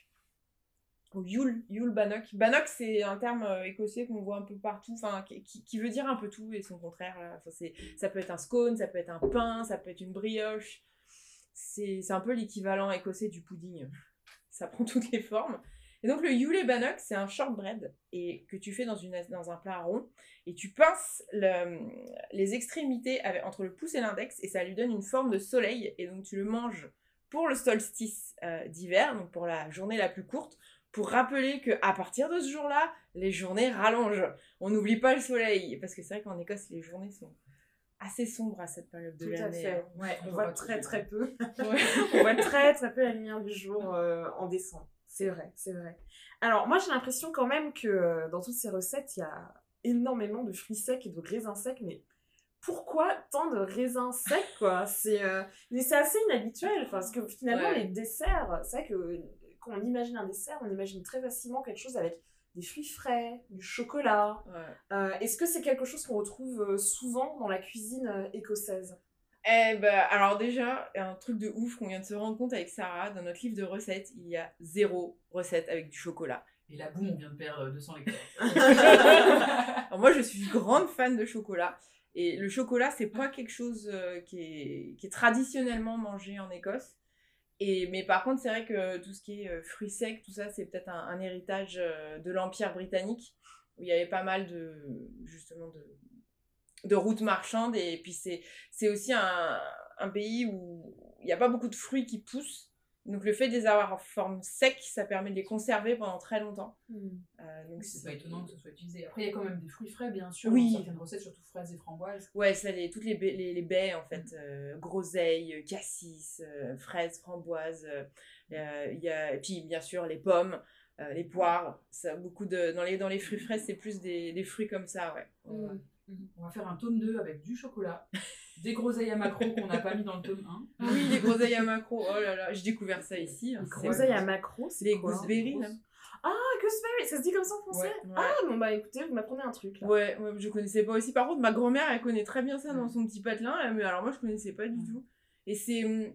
E: Ou Yule, Yule Bannock. Bannock, c'est un terme euh, écossais qu'on voit un peu partout, enfin, qui, qui veut dire un peu tout et son contraire. Là. Enfin, c'est, ça peut être un scone, ça peut être un pain, ça peut être une brioche. C'est, c'est un peu l'équivalent écossais du pudding. Ça prend toutes les formes. Et donc, le Yule Bannock, c'est un shortbread et que tu fais dans, une, dans un plat rond. Et tu pinces le, les extrémités avec, entre le pouce et l'index et ça lui donne une forme de soleil. Et donc, tu le manges pour le solstice euh, d'hiver, donc pour la journée la plus courte, pour rappeler qu'à partir de ce jour-là, les journées rallongent. On n'oublie pas le soleil. Parce que c'est vrai qu'en Écosse, les journées sont assez sombres à cette période de
B: Tout
E: l'année.
B: Tout à fait.
E: Hein.
B: Ouais, on, on voit très très peu.
E: Ouais.
B: On voit très très peu la lumière du jour euh, en décembre. C'est vrai, c'est vrai. Alors, moi, j'ai l'impression quand même que euh, dans toutes ces recettes, il y a énormément de fruits secs et de raisins secs, mais pourquoi tant de raisins secs, quoi? C'est, euh... mais c'est assez inhabituel, parce que finalement, ouais. les desserts, c'est vrai que quand on imagine un dessert, on imagine très facilement quelque chose avec des fruits frais, du chocolat.
E: Ouais.
B: Euh, est-ce que c'est quelque chose qu'on retrouve euh, souvent dans la cuisine euh, écossaise?
E: Eh ben, alors déjà, un truc de ouf qu'on vient de se rendre compte avec Sarah, dans notre livre de recettes, il y a zéro recette avec du chocolat.
F: Et là, boum, on vient de perdre deux cents lecteurs.
E: Alors moi, je suis grande fan de chocolat. Et le chocolat, c'est pas quelque chose euh, qui, est, qui est traditionnellement mangé en Écosse. Et, mais par contre, c'est vrai que tout ce qui est euh, fruits secs, tout ça, c'est peut-être un, un héritage euh, de l'Empire britannique, où il y avait pas mal de, justement, de, de routes marchandes. Et puis, c'est, c'est aussi un, un pays où il n'y a pas beaucoup de fruits qui poussent. Donc, le fait de les avoir en forme sec, ça permet de les conserver pendant très longtemps.
B: Mm.
E: Euh, donc
F: C'est
E: c'est
F: pas étonnant que ce soit utilisé. Après, il y a quand même des fruits frais, bien sûr,
E: Oui.
F: dans certaines recettes, surtout fraises et framboises.
E: Ouais, ça, les, toutes les baies, les, les baies en fait, euh, groseilles, cassis, euh, fraises, framboises, euh, euh, y a, et puis bien sûr les pommes, euh, les poires, ça, beaucoup de, dans, les, dans les fruits frais, c'est plus des, des fruits comme ça, ouais. Ouais.
B: Mm.
F: On va faire un tome deux avec du chocolat, des groseilles à macro qu'on n'a pas mis dans le tome un.
E: Oui, les groseilles à macro, oh là là, j'ai découvert ça ici. Hein,
B: Les
E: c'est-
B: groseilles à macro, c'est
E: Les
B: quoi?
E: gooseberries, là.
B: Ah, gooseberry, ça se dit comme ça en français?
E: Ouais.
B: Ah, bon bah écoutez, vous m'apprenez un truc là.
E: Ouais, ouais, je connaissais pas aussi. Par contre, ma grand-mère, elle connaît très bien ça dans
F: Mm.
E: son petit patelin, là, mais alors moi, je connaissais pas du
F: Mm.
E: tout. Et c'est... hum,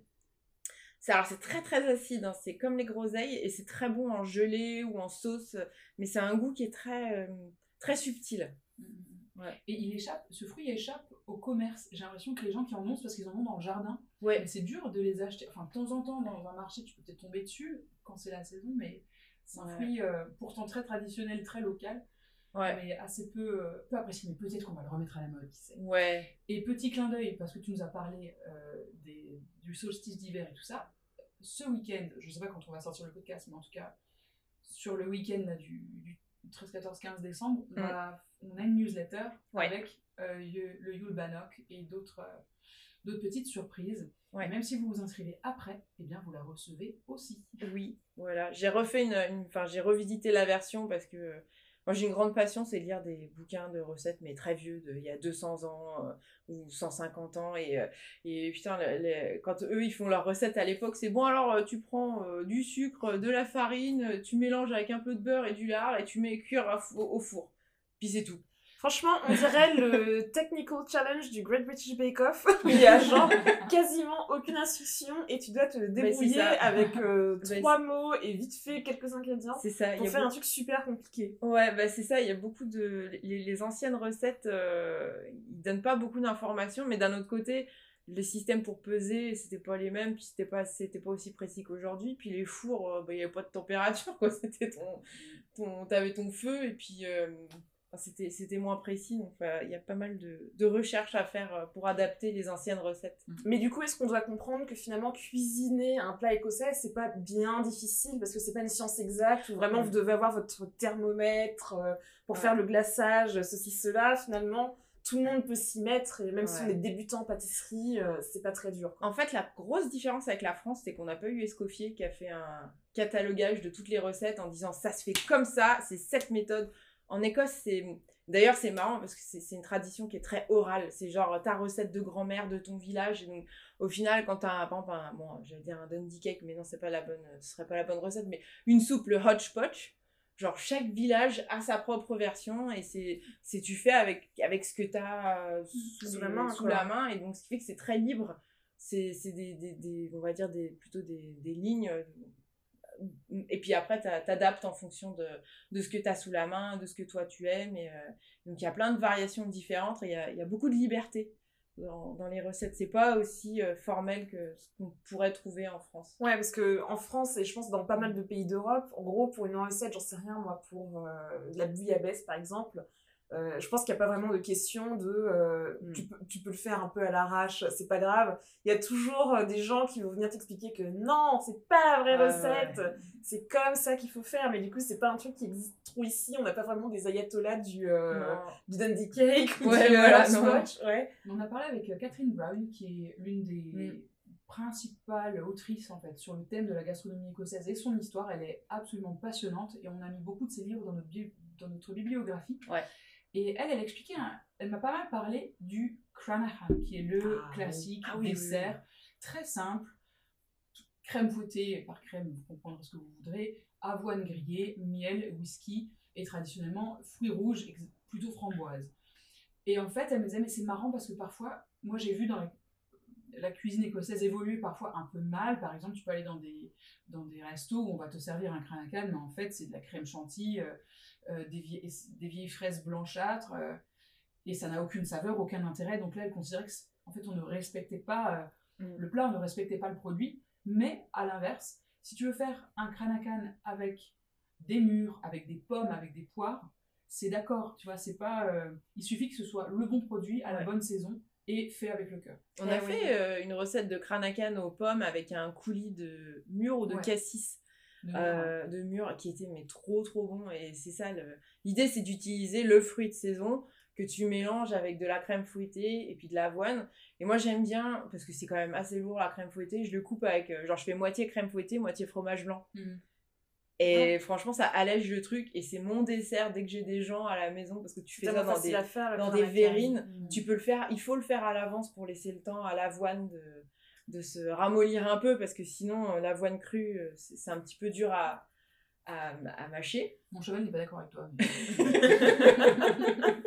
E: c'est alors, c'est très très acide, hein, c'est comme les groseilles, et c'est très bon en gelée ou en sauce, mais c'est un goût qui est très, euh, très subtil. Ouais.
F: Et il échappe, ce fruit échappe au commerce. J'ai l'impression que les gens qui en ont, c'est parce qu'ils en ont dans le jardin.
E: Ouais.
F: Mais c'est dur de les acheter. Enfin, de temps en temps, dans un marché, tu peux peut-être tomber dessus quand c'est la saison, mais c'est un
E: Ouais.
F: fruit euh, pourtant très traditionnel, très local,
E: Ouais.
F: mais assez peu, euh, peu apprécié. Mais peut-être qu'on va le remettre à la mode, qui sait.
E: Ouais.
F: Et petit clin d'œil, parce que tu nous as parlé euh, des, du solstice d'hiver et tout ça, ce week-end, je sais pas quand on va sortir le podcast, mais en tout cas, sur le week-end là, du, du treize, quatorze, quinze décembre, on,
E: Mm.
F: va, on a une newsletter
E: Ouais.
F: avec euh, le, le Yule Bannock et d'autres euh, d'autres petites surprises.
E: Ouais.
F: Et même si vous vous inscrivez après, eh bien vous la recevez aussi.
E: Oui, voilà. J'ai refait une, une- enfin, j'ai revisité la version parce que euh, moi j'ai une grande passion, c'est de lire des bouquins de recettes, mais très vieux, de, il y a deux cents ans euh, ou cent cinquante ans. Et, euh, et putain, le- le- quand eux ils font leurs recettes à l'époque, c'est bon, alors euh, tu prends euh, du sucre, de la farine, euh, tu mélanges avec un peu de beurre et du lard et tu mets cuire à fou- au four. Puis c'est tout.
B: Franchement, on dirait le technical challenge du Great British Bake Off. Il y a genre quasiment aucune instruction et tu dois te débrouiller
E: ça.
B: avec euh,
E: Bah,
B: trois mots et vite fait quelques ingrédients
E: C'est ça. il
B: pour
E: y a
B: faire un
E: beaucoup-
B: truc super compliqué.
E: Ouais, bah c'est ça, il y a beaucoup de... Les, les anciennes recettes, euh, ils donnent pas beaucoup d'informations, mais d'un autre côté, les systèmes pour peser, c'était pas les mêmes, puis c'était pas, c'était pas aussi précis qu'aujourd'hui, puis les fours, euh, bah, il y avait pas de température, quoi, c'était ton... ton t'avais ton feu, et puis... euh, enfin, c'était, c'était moins précis, donc enfin, il y a pas mal de, de recherches à faire euh, pour adapter les anciennes recettes.
B: Mais du coup, est-ce qu'on doit comprendre que finalement cuisiner un plat écossais, c'est pas bien difficile parce que c'est pas une science exacte où vraiment
E: Mm.
B: vous devez avoir votre thermomètre euh, pour
E: Ouais.
B: faire le glaçage, ceci, cela. Finalement, tout le monde peut s'y mettre et même si
E: Ouais.
B: on est débutant en pâtisserie, euh, c'est pas très dur, quoi.
E: En fait, la grosse différence avec la France, c'est qu'on n'a pas eu Escoffier qui a fait un catalogage de toutes les recettes en disant ça se fait comme ça, c'est cette méthode. En Écosse, c'est... D'ailleurs, c'est marrant parce que c'est, c'est une tradition qui est très orale. C'est genre ta recette de grand-mère de ton village. Et donc, au final, quand t'as, par exemple, un, bon, j'allais dire un Dundee cake, mais non, c'est pas la bonne, ce serait pas la bonne recette, mais une soupe, le hodgepodge. Genre, chaque village a sa propre version et c'est, c'est tu fais avec, avec ce que t'as euh, sous,
B: Sous la main,
E: sous
B: quoi.
E: la main. Et donc, ce qui fait que c'est très libre. C'est, c'est des, des, des, on va dire, des, plutôt des, des lignes. euh, Et puis après, t'a- t'adaptes en fonction de, de ce que tu as sous la main, de ce que toi tu aimes. Et, euh, donc il y a plein de variations différentes et il y a, il y a beaucoup de liberté dans, dans les recettes. C'est pas aussi euh, formel que ce qu'on pourrait trouver en France.
B: Ouais, parce que en France et je pense dans pas mal de pays d'Europe, en gros, pour une recette, j'en sais rien, moi, pour euh, de la bouillabaisse par exemple, euh, je pense qu'il n'y a pas vraiment de question de euh,
E: Mm.
B: tu, peux, tu peux le faire un peu à l'arrache, c'est pas grave. Il y a toujours euh, des gens qui vont venir t'expliquer que non, c'est pas la vraie
E: Ouais,
B: recette,
E: ouais.
B: c'est comme ça qu'il faut faire, mais du coup, c'est pas un truc qui existe trop ici. On n'a pas vraiment des ayatollahs du, euh,
E: Non.
B: du Dundee Cake ou
E: Ouais,
B: du
E: voilà,
B: euh,
E: non.
B: Hodgepodge, ouais.
F: On a parlé avec euh, Catherine Brown, qui est l'une des
E: Mm.
F: principales autrices en fait, sur le thème de la gastronomie écossaise et son histoire. Elle est absolument passionnante et on a mis beaucoup de ses livres dans notre, bi- dans notre bibliographie.
E: Ouais.
F: Et elle, elle expliquait, un- elle m'a pas mal parlé du Cranahan, qui est le
B: Ah,
F: classique
B: ah oui, oui,
F: dessert, très simple, crème fouettée par crème, vous comprendrez ce que vous voudrez, avoine grillée, miel, whisky, et traditionnellement fruits rouges, ex- plutôt framboises. Et en fait, elle me disait, mais c'est marrant parce que parfois, moi j'ai vu dans la, la cuisine écossaise évoluer parfois un peu mal. Par exemple, tu peux aller dans des, dans des restos où on va te servir un cranacan, mais en fait, c'est de la crème chantilly, euh, euh, des, vieilles, des vieilles fraises blanchâtres, euh, et ça n'a aucune saveur, aucun intérêt. Donc là, elle considérait que, en fait, on ne respectait pas euh, mm. le plat, on ne respectait pas le produit. Mais à l'inverse, si tu veux faire un cranacan avec des mûres, avec des pommes, avec des poires, c'est d'accord, tu vois, c'est pas... Euh, il suffit que ce soit le bon produit, à ouais. la bonne saison, et fait avec le cœur.
E: On a fait euh, une recette de cranacan aux pommes avec un coulis de mûre ou de ouais. cassis de, euh, de mûre qui était mais trop trop bon. Et c'est ça, le... l'idée c'est d'utiliser le fruit de saison que tu mélanges avec de la crème fouettée et puis de l'avoine. Et moi j'aime bien, parce que c'est quand même assez lourd la crème fouettée, je le coupe avec, genre je fais moitié crème fouettée, moitié fromage blanc. Mmh. Et ah. franchement, ça allège le truc. Et c'est mon dessert dès que j'ai des gens à la maison. Parce que tu fais ça dans des, faire, dans des verrines. Mmh. Tu peux le faire. Il faut le faire à l'avance pour laisser le temps à l'avoine de, de se ramollir un peu. Parce que sinon, l'avoine crue, c'est, c'est un petit peu dur à, à, à mâcher.
F: Mon cheval n'est pas d'accord avec toi.
E: Mais...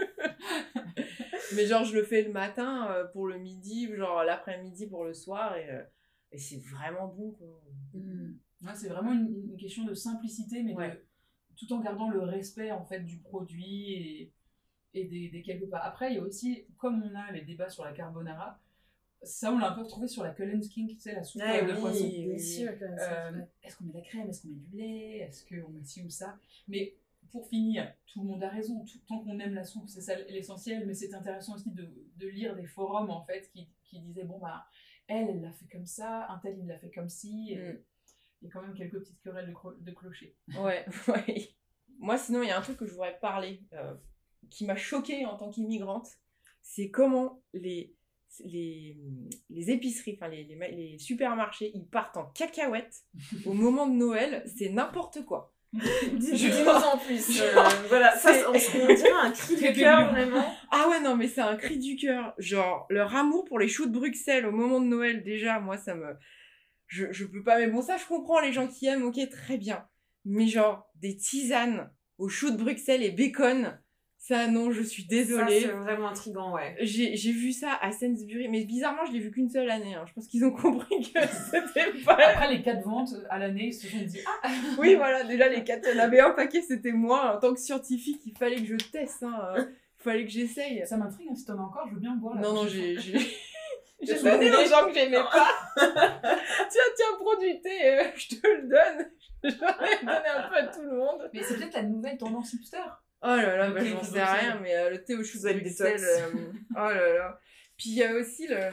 E: mais genre, je le fais le matin pour le midi. Genre l'après-midi pour le soir. Et, et c'est vraiment bon, quoi.
F: Mmh. Ouais, c'est vraiment une, une question de simplicité, mais ouais. de, tout en gardant le respect en fait du produit et, et des, des quelques pas. Après, il y a aussi, comme on a les débats sur la carbonara, ça on l'a un peu retrouvé sur la Cullen's King, tu sais, la soupe ah, de oui, poisson. Oui, oui. Euh, est-ce qu'on met de la crème, est-ce qu'on met du lait, est-ce qu'on met ci ou ça. Mais pour finir, tout le monde a raison, tout, tant qu'on aime la soupe, c'est ça l'essentiel, mais c'est intéressant aussi de, de lire des forums en fait qui, qui disaient, bon bah, elle, elle l'a fait comme ça, un tel il l'a fait comme ci. Et, mm. Il y a quand même quelques petites querelles de, cro- de clocher.
E: Ouais, ouais. Moi, sinon, il y a un truc que je voudrais parler, euh, qui m'a choquée en tant qu'immigrante, c'est comment les, les, les épiceries, enfin les, les, les supermarchés, ils partent en cacahuètes au moment de Noël, c'est n'importe quoi.
B: Dis-nous en plus. Euh, voilà, ça, on, on dirait un cri du cœur, vraiment.
E: Ah ouais, non, mais c'est un cri du cœur. Genre, leur amour pour les choux de Bruxelles au moment de Noël, déjà, moi, ça me... Je, je peux pas, mais bon, ça, je comprends les gens qui aiment, ok, très bien. Mais genre, des tisanes aux choux de Bruxelles et bacon, ça, non, je suis désolée.
B: Ça, c'est vraiment intriguant, ouais.
E: J'ai, j'ai vu ça à Sainsbury, mais bizarrement, je l'ai vu qu'une seule année. Hein. Je pense qu'ils ont compris que c'était pas...
F: Après, les quatre ventes à l'année, ils se sont dit, ah.
E: Oui, voilà, déjà, les quatre, il y en avait un paquet, c'était moi. En tant que scientifique, il fallait que je teste, hein. Il fallait que j'essaye.
F: Ça m'intrigue, hein, si t'en as encore, je veux bien voir.
E: Non, non, j'ai... j'ai... J'ai donné les gens que j'aimais pas. tiens, tiens, produit thé, euh, je te le donne. J'en ai donné un peu à tout le monde.
F: Mais c'est peut-être la nouvelle tendance hipster.
E: Oh là là, bah, j'en sais rien, mais euh, le thé au chou de Bruxelles. Euh, oh là là. Puis il y a aussi le,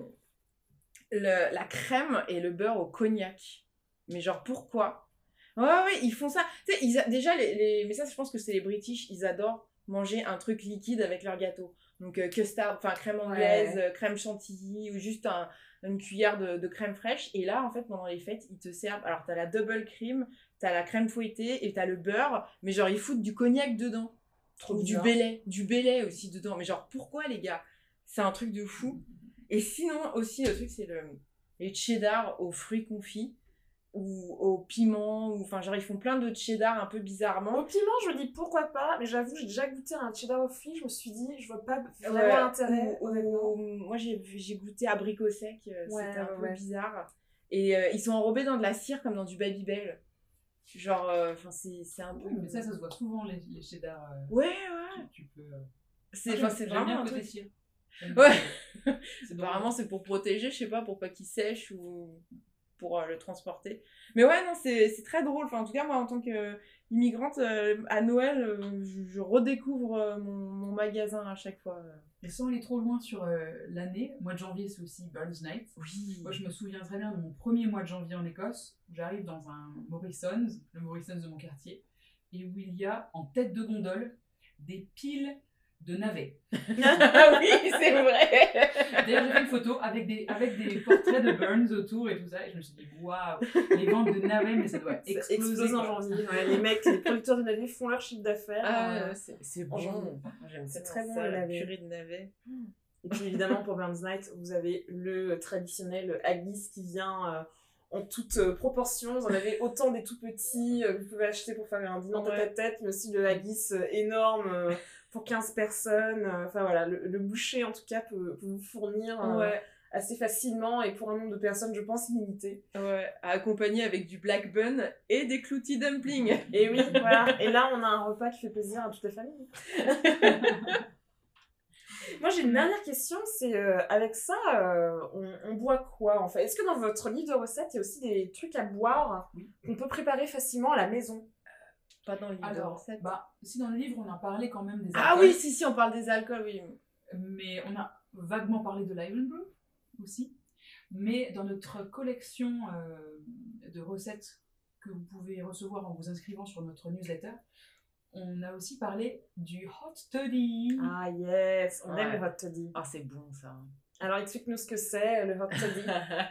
E: le, la crème et le beurre au cognac. Mais genre, pourquoi ? Ouais, ouais, ils font ça. Tu sais, ils a... déjà, les, les... mais ça, je pense que c'est les British, ils adorent manger un truc liquide avec leur gâteau. Donc euh, custard, enfin crème anglaise, ouais. euh, crème chantilly ou juste un, une cuillère de, de crème fraîche. Et là, en fait, pendant les fêtes, ils te servent... Alors, t'as la double cream, t'as la crème fouettée et t'as le beurre. Mais genre, ils foutent du cognac dedans. Trop ou du Baileys. Du Baileys aussi dedans. Mais genre, pourquoi, les gars ? C'est un truc de fou. Et sinon, aussi, le truc, c'est le, les cheddar aux fruits confits. Ou au piment, ou enfin genre ils font plein de cheddar un peu bizarrement.
B: Au piment je me dis pourquoi pas, mais j'avoue j'ai déjà goûté un cheddar au fruits, je me suis dit je vois pas vraiment ouais, l'intérêt.
E: Ou, ou, moi j'ai, j'ai goûté abricot sec, ouais, c'était un ouais, peu ouais. bizarre. Et euh, ils sont enrobés dans de la cire comme dans du Babybel. Genre, enfin euh, c'est, c'est un peu...
F: Oui, mais ça ça se voit souvent les, les cheddar. Euh,
E: ouais ouais.
F: Tu, tu peux... Euh...
E: C'est, ah, c'est vraiment un truc...
F: cire.
E: Ouais. c'est apparemment c'est pour protéger, je sais pas, pour pas qu'ils sèchent ou... pour euh, le transporter. Mais ouais, non, c'est, c'est très drôle. Enfin, en tout cas, moi, en tant qu'immigrante, euh, à Noël, euh, je, je redécouvre euh, mon, mon magasin à chaque fois.
F: Et sans aller trop loin sur euh, l'année, mois de janvier, c'est aussi Burns Night.
E: Oui.
F: Moi, je me souviens très bien de mon premier mois de janvier en Écosse, où j'arrive dans un Morrison's, le Morrison's de mon quartier, et où il y a, en tête de gondole, des piles de navets.
E: Ah oui, c'est vrai.
F: D'ailleurs, j'ai fait une photo avec des, avec des portraits de Burns autour et tout ça, et je me suis dit, waouh, les ventes de navets, mais ça doit exploser.
B: Exploser en janvier. Ouais, les mecs, les producteurs de navets font leur chiffre d'affaires.
E: Ah, euh, c'est, c'est bon. Janvier. J'aime
B: c'est très bon, la
E: purée de navets.
B: Et puis évidemment, pour Burns Night, vous avez le traditionnel haggis qui vient euh, en toute euh, proportion. Vous en avez autant des tout petits euh, que vous pouvez acheter pour faire un dîner en
E: Ouais.
B: tête-à-tête, mais aussi de haggis euh, énorme euh, pour quinze personnes. Euh, Enfin voilà, le, le boucher en tout cas peut, peut vous fournir euh,
E: Ouais,
B: assez facilement et pour un nombre de personnes, je pense, illimité.
E: ouais, à accompagner avec du black bun et des cloutis dumplings.
B: Et oui, voilà. Et là, on a un repas qui fait plaisir à toute la famille. Moi, j'ai une dernière question, c'est euh, avec ça, euh, on, on boit quoi en fait? Est-ce que dans votre livre de recettes, il y a aussi des trucs à boire
F: Oui.
B: qu'on peut préparer facilement à la maison?
E: Pas dans le livre de
F: Alors,
E: recettes.
F: bah, si dans le livre, on a parlé quand même des
E: Ah
F: alcools,
E: oui, si, si, on parle des alcools, oui.
F: mais on a vaguement parlé de l'Ironbrew aussi. Mais dans notre collection euh, de recettes que vous pouvez recevoir en vous inscrivant sur notre newsletter, on a aussi parlé du Hot Toddy.
B: Ah yes, on
E: Ouais.
B: aime le hot toddy.
E: Ah, c'est bon, ça.
B: Alors, explique-nous ce que c'est, le hot toddy.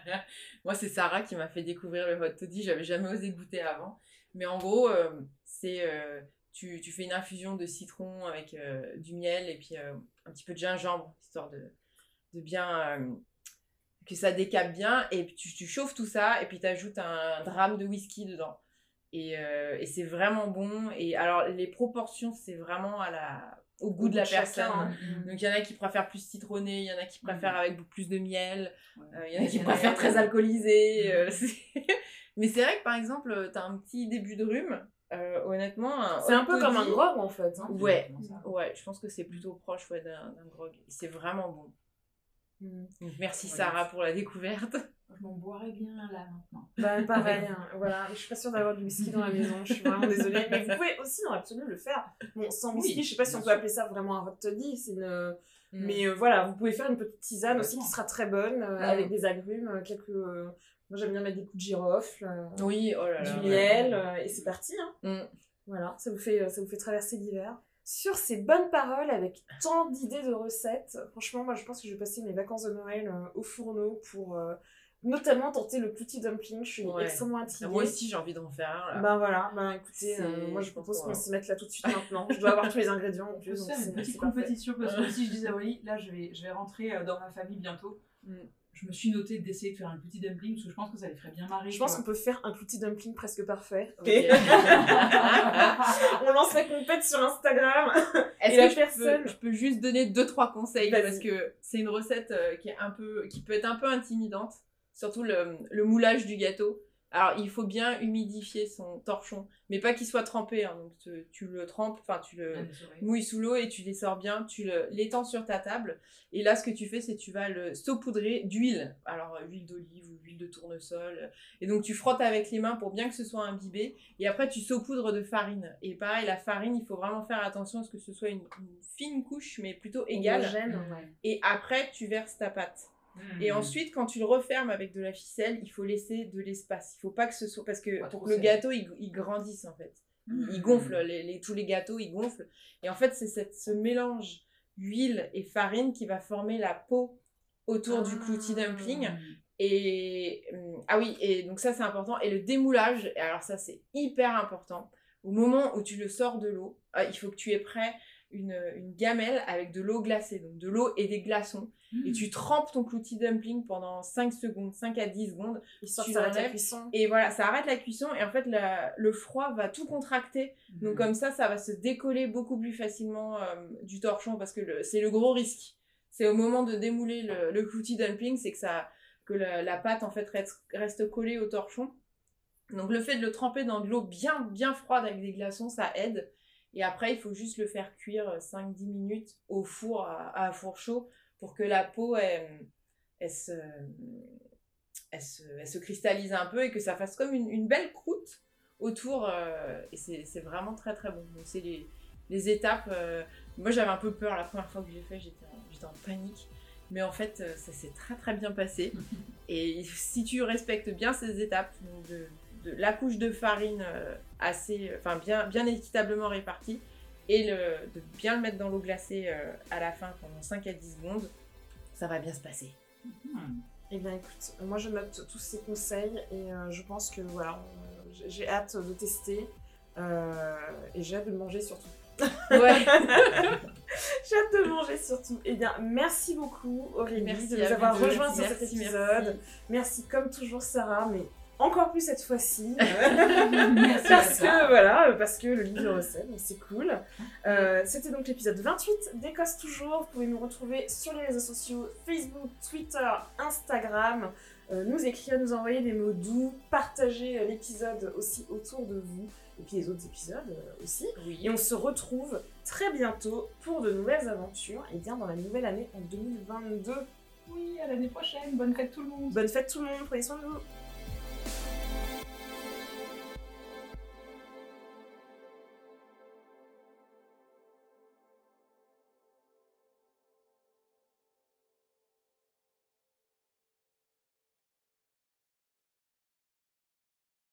E: Moi, c'est Sarah qui m'a fait découvrir le hot toddy. J'avais jamais osé goûter avant. Mais en gros, euh, c'est euh, tu, tu fais une infusion de citron avec euh, du miel et puis euh, un petit peu de gingembre, histoire de, de bien... euh, que ça décape bien. Et puis tu, tu chauffes tout ça et puis tu ajoutes un drame de whisky dedans. Et, euh, et c'est vraiment bon. Et alors, les proportions, c'est vraiment à la... au goût
B: Au
E: de la
B: goût de chacun,
E: personne.
B: hein.
E: Donc il y en a qui préfèrent plus citronné, il y en a qui préfèrent avec beaucoup plus de miel,
F: Ouais.
E: euh, il y en a qui
F: Il y en a-
E: préfèrent très alcoolisé. euh, c'est- Mais c'est vrai que par exemple, t'as un petit début de rhume, euh, honnêtement. un
B: C'est un
E: hot
B: peu comme un
E: toddy-
B: grog en fait. Hein.
E: Ouais,
F: Comment ça
E: ouais, je pense que c'est plutôt proche ouais, d'un d'un grog. Et c'est vraiment bon.
B: Mm.
E: Donc merci
F: Ouais.
E: Sarah pour la découverte.
F: Je m'en boirais bien là maintenant.
B: Bah pareil, hein, voilà. Je suis pas sûre d'avoir du whisky dans la maison, je suis vraiment désolée. Mais vous pouvez aussi dans l'absolu le faire. Bon, sans whisky,
F: Oui,
B: je sais pas si on
F: bien
B: peut
F: sûr.
B: appeler ça vraiment un hot toddy, c'est une...
E: Mm.
B: Mais euh, voilà, vous pouvez faire une petite tisane aussi qui
F: Complètement.
B: sera très bonne, euh,
E: Mm.
B: avec des agrumes, euh, quelques... euh, moi j'aime bien mettre des coups de girofle, euh,
E: Oui, oh là là.
B: du
E: ouais.
B: miel, euh, et c'est parti. Hein.
E: Mm.
B: Voilà, ça vous fait, euh, ça vous fait traverser l'hiver. Sur ces bonnes paroles, avec tant d'idées de recettes, franchement, moi je pense que je vais passer mes vacances de Noël euh, au fourneau pour euh, notamment tenter le clouty dumpling. Je suis
E: Ouais.
B: extrêmement intriguée.
E: Moi aussi, j'ai envie d'en faire un. Là.
B: Ben voilà, ben écoutez,
E: C'est-
B: euh, moi je
E: je pense
B: propose
E: qu'on-
B: qu'on s'y mette là tout de suite maintenant. Je dois avoir tous les ingrédients en
F: On peut
B: plus.
F: se
B: donc
F: faire
B: c'est-
F: une petite
B: c'est parfait.
F: compétition parce que si je disais à Wally, là je vais, je vais rentrer euh, dans ma famille bientôt.
E: Mm.
F: Je me suis noté d'essayer de faire un petit dumpling parce que je pense que ça les ferait bien marrer.
B: Je
F: tu
B: pense
F: vois.
B: qu'on peut faire un clouty dumpling presque parfait.
E: Ok.
B: On lance la compète sur Instagram.
E: Est-ce
B: Et
E: que
B: la
E: je,
B: personne-
E: peux, je peux juste donner deux trois conseils
B: Vas-y.
E: parce que c'est une recette euh, qui est un peu qui peut être un peu intimidante, surtout le, le moulage du gâteau. Alors il faut bien humidifier son torchon, mais pas qu'il soit trempé. Hein, donc tu, tu le trempes, enfin tu le
F: Ah, désolé.
E: mouilles sous l'eau et tu les sors bien, tu le- l'étends sur ta table. Et là ce que tu fais c'est tu vas le saupoudrer d'huile. Alors euh, huile d'olive ou huile de tournesol. Et donc tu frottes avec les mains pour bien que ce soit imbibé. Et après tu saupoudres de farine. Et pareil la farine il faut vraiment faire attention à ce que ce soit une, une fine couche mais plutôt égale.
B: Homogène.
F: Ouais.
E: Et après tu verses ta pâte.
F: Mmh.
E: Et ensuite, quand tu le refermes avec de la ficelle, il faut laisser de l'espace. Il faut pas que ce soit... Parce que
F: Pas
E: pour
F: trop
E: que le
F: serré.
E: gâteau, il, il grandisse, en fait.
F: Mmh.
E: Il gonfle. Les, les- tous les gâteaux, ils gonflent. Et en fait, c'est cette, ce mélange huile et farine qui va former la peau autour du clouty dumpling. Et... hum, Ah oui, et donc ça, c'est important. Et le démoulage, et alors ça, c'est hyper important. Au moment où tu le sors de l'eau, ah, il faut que tu aies prêt une, une gamelle avec de l'eau glacée. Donc de l'eau et des glaçons. Et tu trempes ton clouty dumpling pendant cinq secondes, cinq à dix secondes.
B: Histoire
E: Tu
B: que ça arrête la
E: l'enlèves.
B: cuisson.
E: Et voilà, ça arrête la cuisson et en fait la- le froid va tout contracter. Donc comme ça, ça va se décoller beaucoup plus facilement euh, du torchon parce que le- c'est le gros risque. C'est au moment de démouler le, le clouty dumpling, c'est que, ça, que la, la pâte en fait reste, reste collée au torchon. Donc le fait de le tremper dans de l'eau bien, bien froide avec des glaçons, ça aide. Et après, il faut juste le faire cuire cinq à dix minutes au four, à, à four chaud, pour que la peau, elle, elle, se, elle, se, elle se cristallise un peu et que ça fasse comme une, une belle croûte autour. Euh, et c'est c'est vraiment très très bon. Donc c'est les, les étapes. Euh, moi, j'avais un peu peur la première fois que j'ai fait, j'étais en, j'étais en panique. Mais en fait, euh, ça s'est très très bien passé. Et si tu respectes bien ces étapes, donc de, de la couche de farine euh, assez, enfin bien, bien équitablement répartie, et le, de bien le mettre dans l'eau glacée euh, à la fin pendant cinq à dix secondes, ça va bien se passer.
F: Mmh.
B: Eh bien écoute, moi je note tous ces conseils et euh, je pense que voilà, on- j'ai- j'ai hâte de tester euh, et j'ai hâte de manger surtout.
E: Ouais.
B: J'ai hâte de manger surtout. Eh bien merci beaucoup Aurélie
E: Merci
B: de nous
E: à
B: avoir
E: vous deux.
B: rejoints sur
E: Merci,
B: cet
E: merci.
B: épisode. Merci comme toujours Sarah, mais encore plus cette fois-ci.
F: Merci
B: parce
F: à toi.
B: que voilà, parce que le livre de recettes, donc c'est cool. Euh, C'était donc l'épisode vingt-huit d'Écosse toujours. Vous pouvez nous retrouver sur les réseaux sociaux Facebook, Twitter, Instagram. Euh, nous écrire, nous envoyer des mots doux, partager euh, l'épisode aussi autour de vous. Et puis les autres épisodes euh, aussi.
E: Oui.
B: Et on se retrouve très bientôt pour de nouvelles aventures. Et bien dans la nouvelle année en deux mille vingt-deux.
F: Oui, à l'année prochaine. Bonne fête tout le monde.
B: Bonne fête tout le monde, prenez soin de vous.